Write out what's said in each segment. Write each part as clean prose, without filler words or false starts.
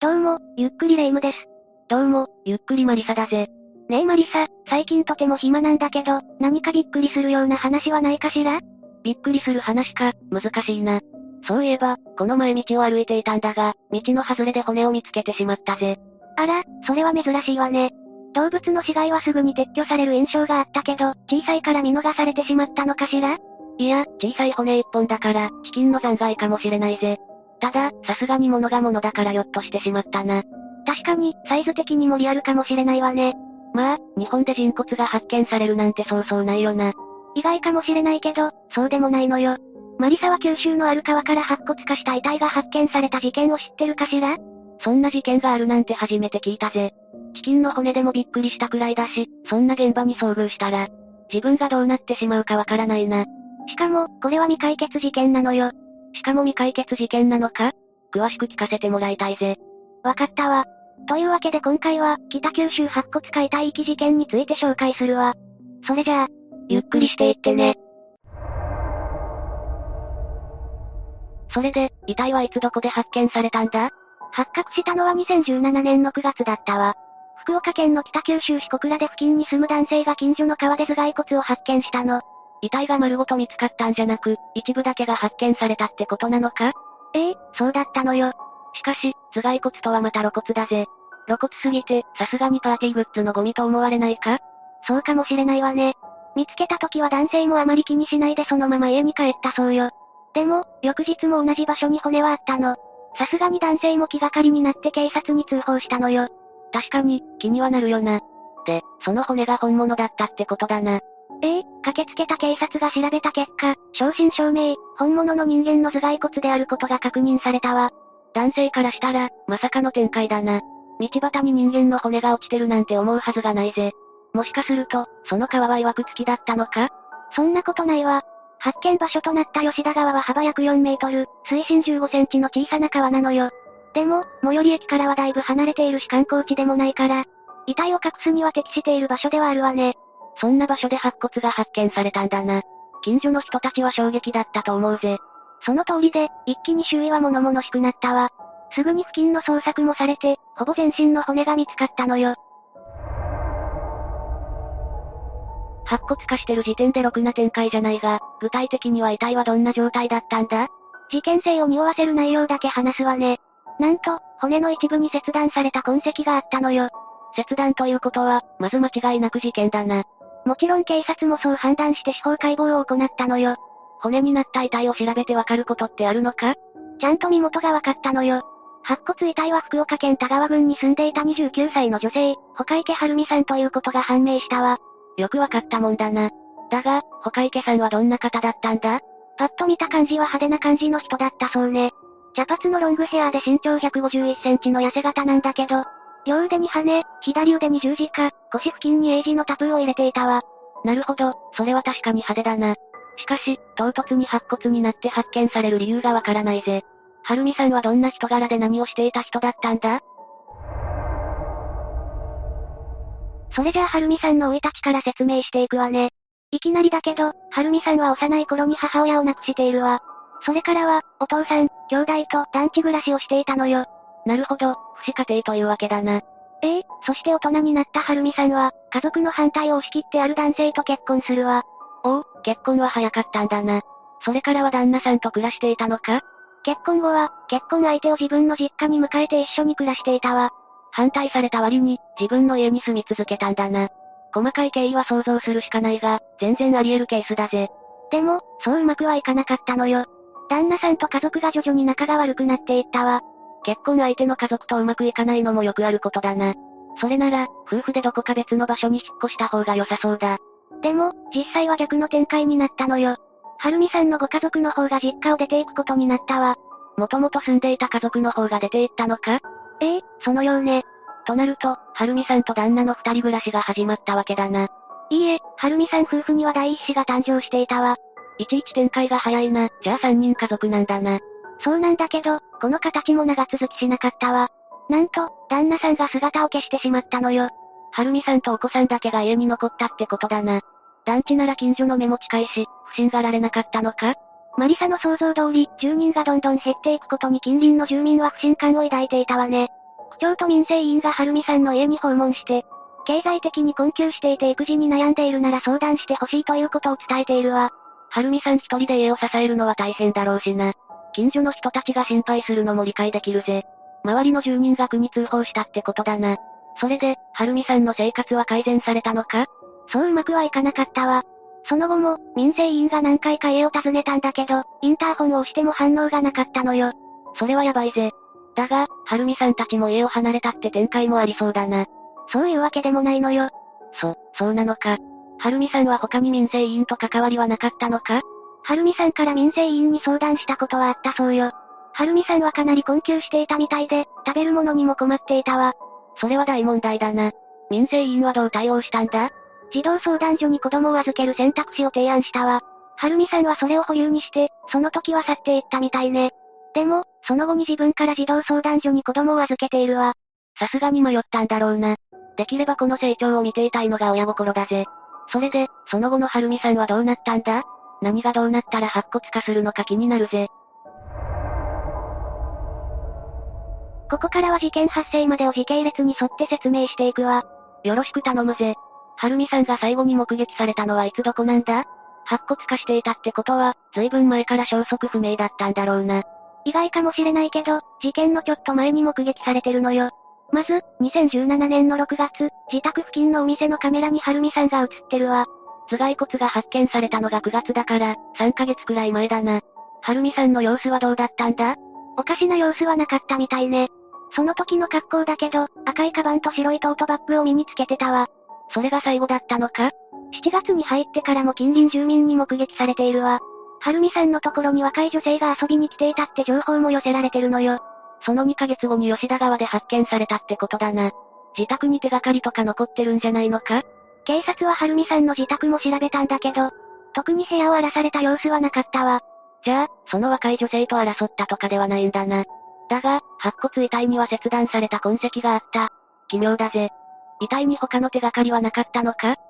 どうも、ゆっくりレ夢ムです。 どうも、ゆっくりマリサだぜ。 ねえマリサ、最近とても暇なんだけど、何かびっくりするような話はないかしら？ びっくりする話か、難しいな。そういえば、この前道を歩いていたんだが、道の外れで骨を見つけてしまったぜ。 あら、それは珍しいわね。動物の死骸はすぐに撤去される印象があったけど、小さいから見逃されてしまったのかしら？ いや、小さい骨一本だから、チキンの残骸かもしれないぜ。ただ、さすがに物が物だからよっとしてしまったな。 確かに、サイズ的にもリアルかもしれないわね。 まあ、日本で人骨が発見されるなんてそうそうないよな。 意外かもしれないけど、そうでもないのよ。マリサは九州のある川から白骨化した遺体が発見された事件を知ってるかしら？ そんな事件があるなんて初めて聞いたぜ。チキンの骨でもびっくりしたくらいだし、そんな現場に遭遇したら、自分がどうなってしまうかわからないな。 しかも、これは未解決事件なのよ。 しかも未解決事件なのか？詳しく聞かせてもらいたいぜ。 わかったわ。というわけで今回は、北九州白骨化遺体遺棄事件について紹介するわ。それじゃあ、 ゆっくりしていってね。それで、遺体はいつどこで発見されたんだ？ 発覚したのは2017年の9月だったわ。福岡県の北九州市小倉で付近に住む男性が近所の川で頭蓋骨を発見したの。 遺体が丸ごと見つかったんじゃなく、一部だけが発見されたってことなのか？ そうだったのよ。 しかし、頭蓋骨とはまた露骨だぜ。露骨すぎて、さすがにパーティーグッズのゴミと思われないか？ そうかもしれないわね。見つけた時は男性もあまり気にしないでそのまま家に帰ったそうよ。でも、翌日も同じ場所に骨はあったの。さすがに男性も気がかりになって警察に通報したのよ。 確かに、気にはなるよな。で、その骨が本物だったってことだな。 駆けつけた警察が調べた結果、正真正銘、本物の人間の頭蓋骨であることが確認されたわ。 男性からしたら、まさかの展開だな。道端に人間の骨が落ちてるなんて思うはずがないぜ。もしかすると、その川は曰く付きだったのか？ そんなことないわ。発見場所となった吉田川は幅約4メートル、水深15センチの小さな川なのよ。でも、最寄り駅からはだいぶ離れているし観光地でもないから、遺体を隠すには適している場所ではあるわね。 そんな場所で白骨が発見されたんだな。近所の人たちは衝撃だったと思うぜ。 その通りで、一気に周囲は物々しくなったわ。すぐに付近の捜索もされて、ほぼ全身の骨が見つかったのよ。 白骨化してる時点でろくな展開じゃないが、具体的には遺体はどんな状態だったんだ？ 事件性を匂わせる内容だけ話すわね。なんと、骨の一部に切断された痕跡があったのよ。 切断ということは、まず間違いなく事件だな。 もちろん警察もそう判断して司法解剖を行ったのよ。 骨になった遺体を調べてわかることってあるのか？ ちゃんと身元がわかったのよ。白骨遺体は福岡県田川郡に住んでいた29歳の女性、保池晴美さんということが判明したわ。 よくわかったもんだな。だが、保池さんはどんな方だったんだ？ パッと見た感じは派手な感じの人だったそうね。茶髪のロングヘアで身長151センチの痩せ型なんだけど、両腕に羽、左腕に十字架、腰付近に英字のタトゥーを入れていたわ。 なるほど、それは確かに派手だな。しかし、唐突に白骨になって発見される理由がわからないぜ。はるみさんはどんな人柄で何をしていた人だったんだ？ それじゃあはるみさんの生い立ちから説明していくわね。いきなりだけど、はるみさんは幼い頃に母親を亡くしているわ。それからは、お父さん、兄弟と団地暮らしをしていたのよ。 なるほど、父子家庭というわけだな。 そして大人になったはるみさんは、家族の反対を押し切ってある男性と結婚するわ。 おお、結婚は早かったんだな。それからは旦那さんと暮らしていたのか？ 結婚後は、結婚相手を自分の実家に迎えて一緒に暮らしていたわ。 反対された割に、自分の家に住み続けたんだな。細かい経緯は想像するしかないが、全然あり得るケースだぜ。 でも、そううまくはいかなかったのよ。旦那さんと家族が徐々に仲が悪くなっていったわ。 結婚相手の家族とうまくいかないのもよくあることだな。それなら、夫婦でどこか別の場所に引っ越した方が良さそうだ。 でも、実際は逆の展開になったのよ。はるみさんのご家族の方が実家を出ていくことになったわ。 もともと住んでいた家族の方が出て行ったのか？ そのようね。 となると、はるみさんと旦那の二人暮らしが始まったわけだな。 いいえ、はるみさん夫婦には第一子が誕生していたわ。 いちいち展開が早いな。じゃあ三人家族なんだな。 そうなんだけど、この形も長続きしなかったわ。なんと、旦那さんが姿を消してしまったのよ。 はるみさんとお子さんだけが家に残ったってことだな。団地なら近所の目も近いし、不審がられなかったのか？ マリサの想像通り、住人がどんどん減っていくことに近隣の住民は不信感を抱いていたわね。 長と民生委員がはるみさんの家に訪問して、経済的に困窮していて育児に悩んでいるなら相談してほしいということを伝えているわ。 はるみさん一人で家を支えるのは大変だろうしな。近所の人たちが心配するのも理解できるぜ。周りの住人が区に通報したってことだな。それで、はるみさんの生活は改善されたのか？ そううまくはいかなかったわ。その後も、民生委員が何回か家を訪ねたんだけど、インターホンを押しても反応がなかったのよ。 それはやばいぜ。だが、はるみさんたちも家を離れたって展開もありそうだな。 そういうわけでもないのよ。 そうなのか。はるみさんは他に民生委員と関わりはなかったのか？ はるみさんから民生委員に相談したことはあったそうよ。はるみさんはかなり困窮していたみたいで、食べるものにも困っていたわ。 それは大問題だな。民生委員はどう対応したんだ？ 児童相談所に子供を預ける選択肢を提案したわ。はるみさんはそれを保留にして、その時は去っていったみたいね。でも、その後に自分から児童相談所に子供を預けているわ。 さすがに迷ったんだろうな。できればこの成長を見ていたいのが親心だぜ。それで、その後のはるみさんはどうなったんだ？何がどうなったら白骨化するのか気になるぜ。 ここからは事件発生までを時系列に沿って説明していくわ。 よろしく頼むぜ。はるみさんが最後に目撃されたのはいつどこなんだ？白骨化していたってことは、随分前から消息不明だったんだろうな。 意外かもしれないけど、事件のちょっと前に目撃されてるのよ。まず、2017年の6月、自宅付近のお店のカメラにはるみさんが映ってるわ。 頭蓋骨が発見されたのが9月だから、3ヶ月くらい前だな。はるみさんの様子はどうだったんだ？ おかしな様子はなかったみたいね。その時の格好だけど、赤いカバンと白いトートバッグを身につけてたわ。 それが最後だったのか？ 7 月に入ってからも近隣住民に目撃されているわ。はるみさんのところに若い女性が遊びに来ていたって情報も寄せられてるのよ。 その2ヶ月後に吉田川で発見されたってことだな。自宅に手がかりとか残ってるんじゃないのか？ 警察ははるみさんの自宅も調べたんだけど、特に部屋を荒らされた様子はなかったわ。 じゃあ、その若い女性と争ったとかではないんだな。だが、白骨遺体には切断された痕跡があった。奇妙だぜ。遺体に他の手がかりはなかったのか？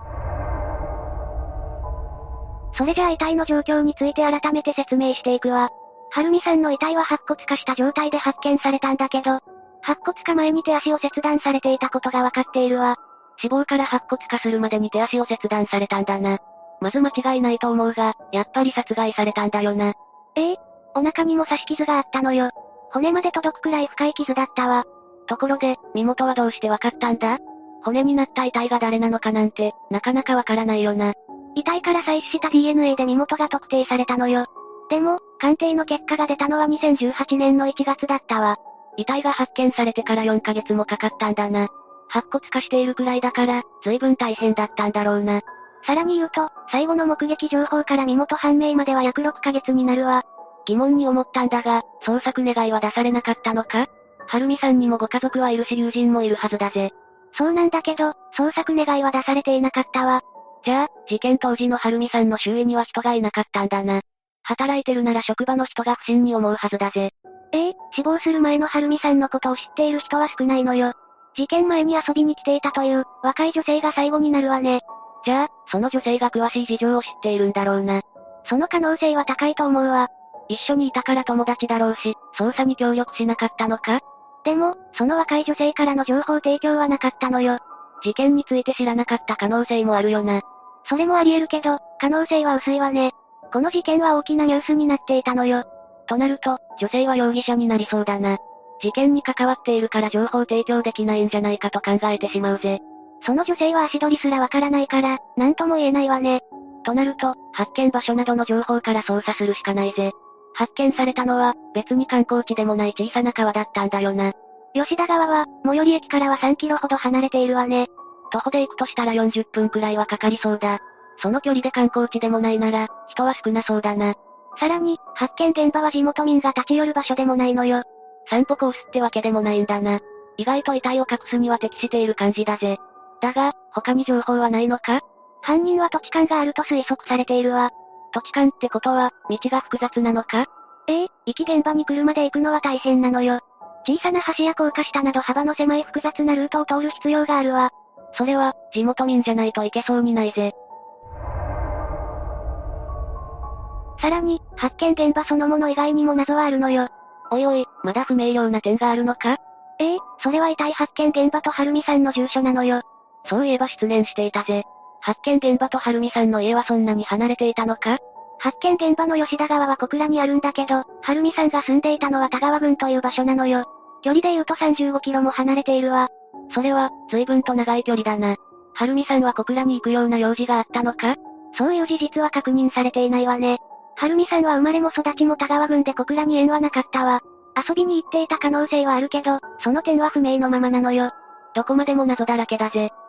それじゃあ遺体の状況について改めて説明していくわ。はるみさんの遺体は白骨化した状態で発見されたんだけど、白骨化前に手足を切断されていたことがわかっているわ。 死亡から白骨化するまでに手足を切断されたんだな。まず間違いないと思うが、やっぱり殺害されたんだよな。 お腹にも刺し傷があったのよ。骨まで届くくらい深い傷だったわ。 ところで、身元はどうしてわかったんだ？骨になった遺体が誰なのかなんて、なかなかわからないよな。 遺体から採取した DNA で身元が特定されたのよ。でも、鑑定の結果が出たのは2018年の1月だったわ。 遺体が発見されてから4ヶ月もかかったんだな。白骨化しているくらいだから、随分大変だったんだろうな。 さらに言うと、最後の目撃情報から身元判明までは約6ヶ月になるわ。 疑問に思ったんだが、捜索願いは出されなかったのか？はるみさんにもご家族はいるし友人もいるはずだぜ。 そうなんだけど、捜索願いは出されていなかったわ。 じゃあ、事件当時のはるみさんの周囲には人がいなかったんだな。働いてるなら職場の人が不審に思うはずだぜ。 死亡する前のはるみさんのことを知っている人は少ないのよ。事件前に遊びに来ていたという、若い女性が最後になるわね。 じゃあ、その女性が詳しい事情を知っているんだろうな。 その可能性は高いと思うわ。 一緒にいたから友達だろうし、捜査に協力しなかったのか？ でも、その若い女性からの情報提供はなかったのよ。 事件について知らなかった可能性もあるよな。 それもあり得るけど、可能性は薄いわね。この事件は大きなニュースになっていたのよ。 となると、女性は容疑者になりそうだな。事件に関わっているから情報提供できないんじゃないかと考えてしまうぜ。 その女性は足取りすらわからないから、なんとも言えないわね。 となると、発見場所などの情報から捜査するしかないぜ。発見されたのは、別に観光地でもない小さな川だったんだよな。 吉田川は、最寄り駅からは3キロほど離れているわね。 徒歩で行くとしたら40分くらいはかかりそうだ。その距離で観光地でもないなら、人は少なそうだな。 さらに、発見現場は地元民が立ち寄る場所でもないのよ。 散歩コースってわけでもないんだな。意外と遺体を隠すには適している感じだぜ。だが、他に情報はないのか？ 犯人は土地勘があると推測されているわ。 土地勘ってことは、道が複雑なのか？ 遺棄現場に車で行くのは大変なのよ。小さな橋や高架下など幅の狭い複雑なルートを通る必要があるわ。 それは、地元民じゃないといけそうにないぜ。 さらに、発見現場そのもの以外にも謎はあるのよ。 おいおい、まだ不明瞭な点があるのか？ それは遺体発見現場と晴美さんの住所なのよ。 そういえば失念していたぜ。発見現場と晴美さんの家はそんなに離れていたのか？ 発見現場の吉田川は小倉にあるんだけど、晴美さんが住んでいたのは田川郡という場所なのよ。距離で言うと35キロも離れているわ。 それは、随分と長い距離だな。晴美さんは小倉に行くような用事があったのか？ そういう事実は確認されていないわね。晴美さんは生まれも育ちも田川郡で小倉に縁はなかったわ。遊びに行っていた可能性はあるけど、その点は不明のままなのよ。 どこまでも謎だらけだぜ。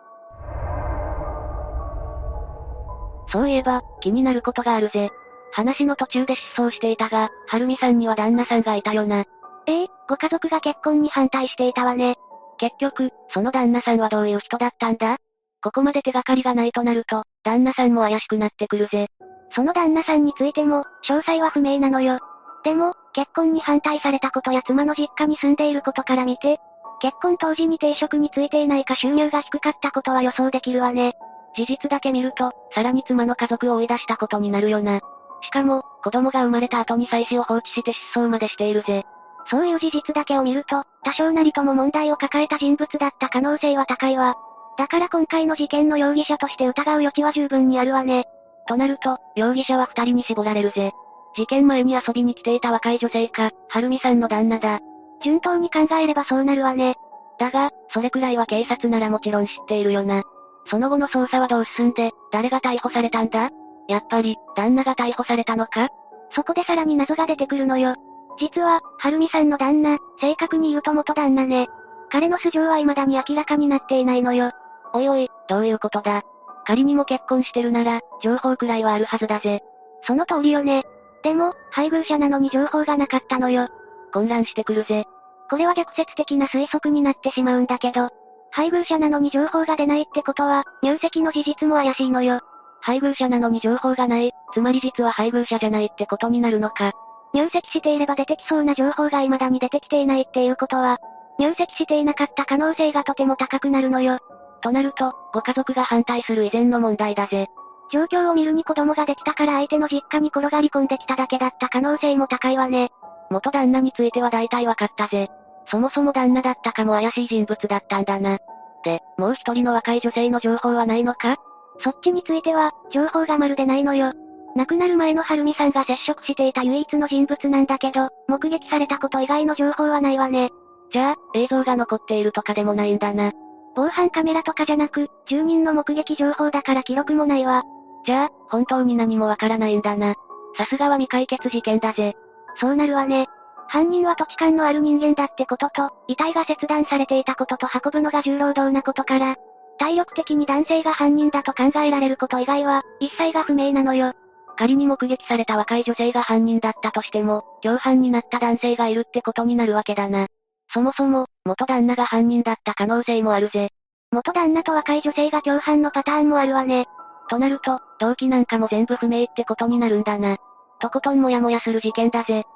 そういえば、気になることがあるぜ。話の途中で失踪していたが、晴美さんには旦那さんがいたよな。 ご家族が結婚に反対していたわね。 結局、その旦那さんはどういう人だったんだ？ここまで手がかりがないとなると、旦那さんも怪しくなってくるぜ。 その旦那さんについても、詳細は不明なのよ。でも、結婚に反対されたことや妻の実家に住んでいることから見て、結婚当時に定職についていないか収入が低かったことは予想できるわね。 事実だけ見ると、さらに妻の家族を追い出したことになるよな。しかも、子供が生まれた後に妻子を放置して失踪までしているぜ。 そういう事実だけを見ると、多少なりとも問題を抱えた人物だった可能性は高いわ。だから今回の事件の容疑者として疑う余地は十分にあるわね。 となると、容疑者は二人に絞られるぜ。事件前に遊びに来ていた若い女性か、晴美さんの旦那だ。 順当に考えればそうなるわね。 だが、それくらいは警察ならもちろん知っているよな。その後の捜査はどう進んで、誰が逮捕されたんだ？やっぱり、旦那が逮捕されたのか？ そこでさらに謎が出てくるのよ。実は、晴美さんの旦那、正確に言うと元旦那ね。彼の素性は未だに明らかになっていないのよ。 おいおい、どういうことだ？仮にも結婚してるなら、情報くらいはあるはずだぜ。 その通りよね。でも、配偶者なのに情報がなかったのよ。 混乱してくるぜ。 これは逆説的な推測になってしまうんだけど、配偶者なのに情報が出ないってことは、入籍の事実も怪しいのよ。 配偶者なのに情報がない、つまり実は配偶者じゃないってことになるのか。 入籍していれば出てきそうな情報が未だに出てきていないっていうことは、入籍していなかった可能性がとても高くなるのよ。 となると、ご家族が反対する以前の問題だぜ。 状況を見るに子供ができたから相手の実家に転がり込んできただけだった可能性も高いわね。 元旦那については大体わかったぜ。そもそも旦那だったかも怪しい人物だったんだな。で、もう一人の若い女性の情報はないのか？ そっちについては、情報がまるでないのよ。亡くなる前の晴美さんが接触していた唯一の人物なんだけど、目撃されたこと以外の情報はないわね。 じゃあ、映像が残っているとかでもないんだな。 防犯カメラとかじゃなく、住人の目撃情報だから記録もないわ。 じゃあ、本当に何もわからないんだな。さすがは未解決事件だぜ。 そうなるわね。犯人は土地勘のある人間だってことと、遺体が切断されていたことと運ぶのが重労働なことから、体力的に男性が犯人だと考えられること以外は、一切が不明なのよ。 仮に目撃された若い女性が犯人だったとしても、共犯になった男性がいるってことになるわけだな。そもそも、元旦那が犯人だった可能性もあるぜ。 元旦那と若い女性が共犯のパターンもあるわね。 となると、動機なんかも全部不明ってことになるんだな。とことんモヤモヤする事件だぜ。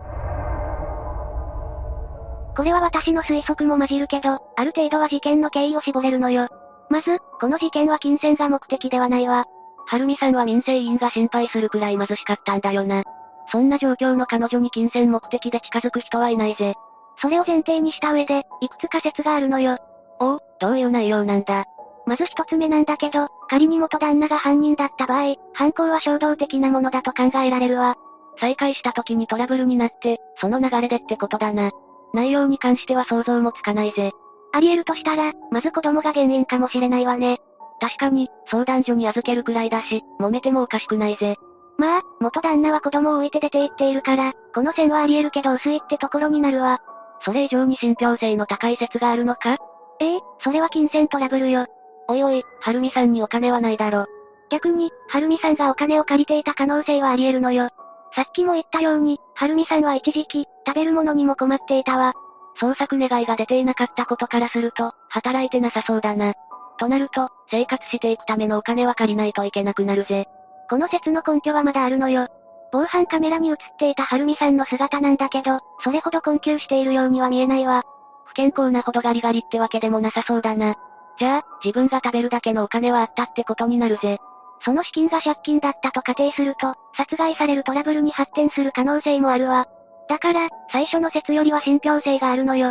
これは私の推測も混じるけど、ある程度は事件の経緯を絞れるのよ。まず、この事件は金銭が目的ではないわ。 晴美さんは民生委員が心配するくらい貧しかったんだよな。そんな状況の彼女に金銭目的で近づく人はいないぜ。 それを前提にした上で、いくつか説があるのよ。 おう、どういう内容なんだ？ まず一つ目なんだけど、仮に元旦那が犯人だった場合、犯行は衝動的なものだと考えられるわ。 再会した時にトラブルになって、その流れでってことだな。内容に関しては想像もつかないぜ。 あり得るとしたら、まず子供が原因かもしれないわね。 確かに、相談所に預けるくらいだし、揉めてもおかしくないぜ。 まあ、元旦那は子供を置いて出て行っているから、この線はあり得るけど薄いってところになるわ。 それ以上に信憑性の高い説があるのか？ それは金銭トラブルよ。 おいおい、晴美さんにお金はないだろ。 逆に、晴美さんがお金を借りていた可能性はあり得るのよ。さっきも言ったように、晴美さんは一時期、食べるものにも困っていたわ。 捜索願いが出ていなかったことからすると、働いてなさそうだな。となると、生活していくためのお金は借りないといけなくなるぜ。 この説の根拠はまだあるのよ。防犯カメラに映っていた晴美さんの姿なんだけど、それほど困窮しているようには見えないわ。 不健康なほどガリガリってわけでもなさそうだな。じゃあ、自分が食べるだけのお金はあったってことになるぜ。 その資金が借金だったと仮定すると、殺害されるトラブルに発展する可能性もあるわ。だから、最初の説よりは信憑性があるのよ。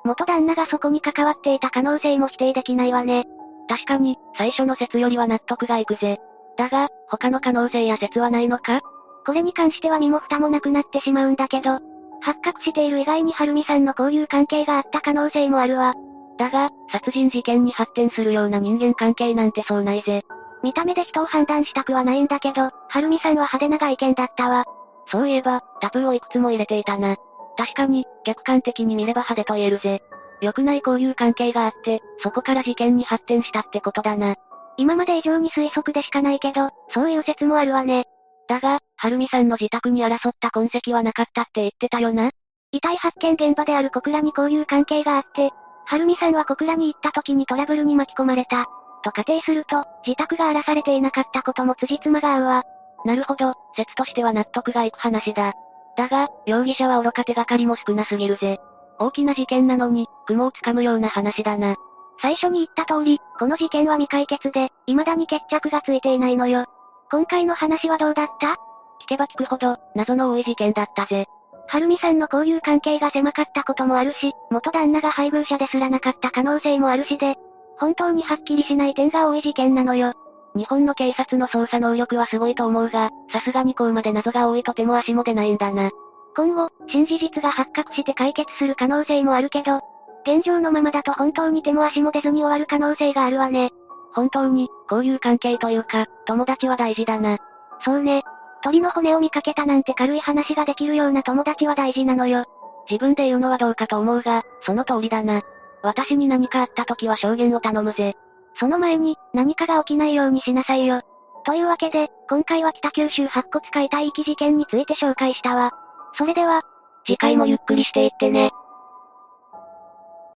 元旦那がそこに関わっていた可能性も否定できないわね。 確かに、最初の説よりは納得がいくぜ。だが、他の可能性や説はないのか？ これに関しては身も蓋もなくなってしまうんだけど、発覚している以外にはるみさんの交友関係があった可能性もあるわ。 だが、殺人事件に発展するような人間関係なんてそうないぜ。 見た目で人を判断したくはないんだけど、はるみさんは派手な外見だったわ。 そういえば、タトゥーをいくつも入れていたな。確かに、客観的に見れば派手と言えるぜ。良くない交友関係があって、そこから事件に発展したってことだな。 今まで以上に推測でしかないけど、そういう説もあるわね。 だが、はるみさんの自宅に争った痕跡はなかったって言ってたよな。 遺体発見現場である小倉に交友関係があって、はるみさんは小倉に行った時にトラブルに巻き込まれた。と仮定すると、自宅が荒らされていなかったことも辻褄が合うわ。 なるほど、説としては納得がいく話だ。だが、容疑者は愚か手がかりも少なすぎるぜ。大きな事件なのに、雲をつかむような話だな。 最初に言った通り、この事件は未解決で、未だに決着がついていないのよ。今回の話はどうだった？ 聞けば聞くほど、謎の多い事件だったぜ。 はるみさんの交友関係が狭かったこともあるし、元旦那が配偶者ですらなかった可能性もあるしで、本当にはっきりしない点が多い事件なのよ。 日本の警察の捜査能力はすごいと思うが、さすがにこうまで謎が多いとても足も出ないんだな。 今後、新事実が発覚して解決する可能性もあるけど、現状のままだと本当に手も足も出ずに終わる可能性があるわね。 本当に、交友関係というか、友達は大事だな。 そうね。鳥の骨を見かけたなんて軽い話ができるような友達は大事なのよ。 自分で言うのはどうかと思うが、その通りだな。私に何かあった時は証言を頼むぜ。 その前に、何かが起きないようにしなさいよ。というわけで、今回は北九州白骨化遺体遺棄事件について紹介したわ。それでは、 次回もゆっくりしていってね。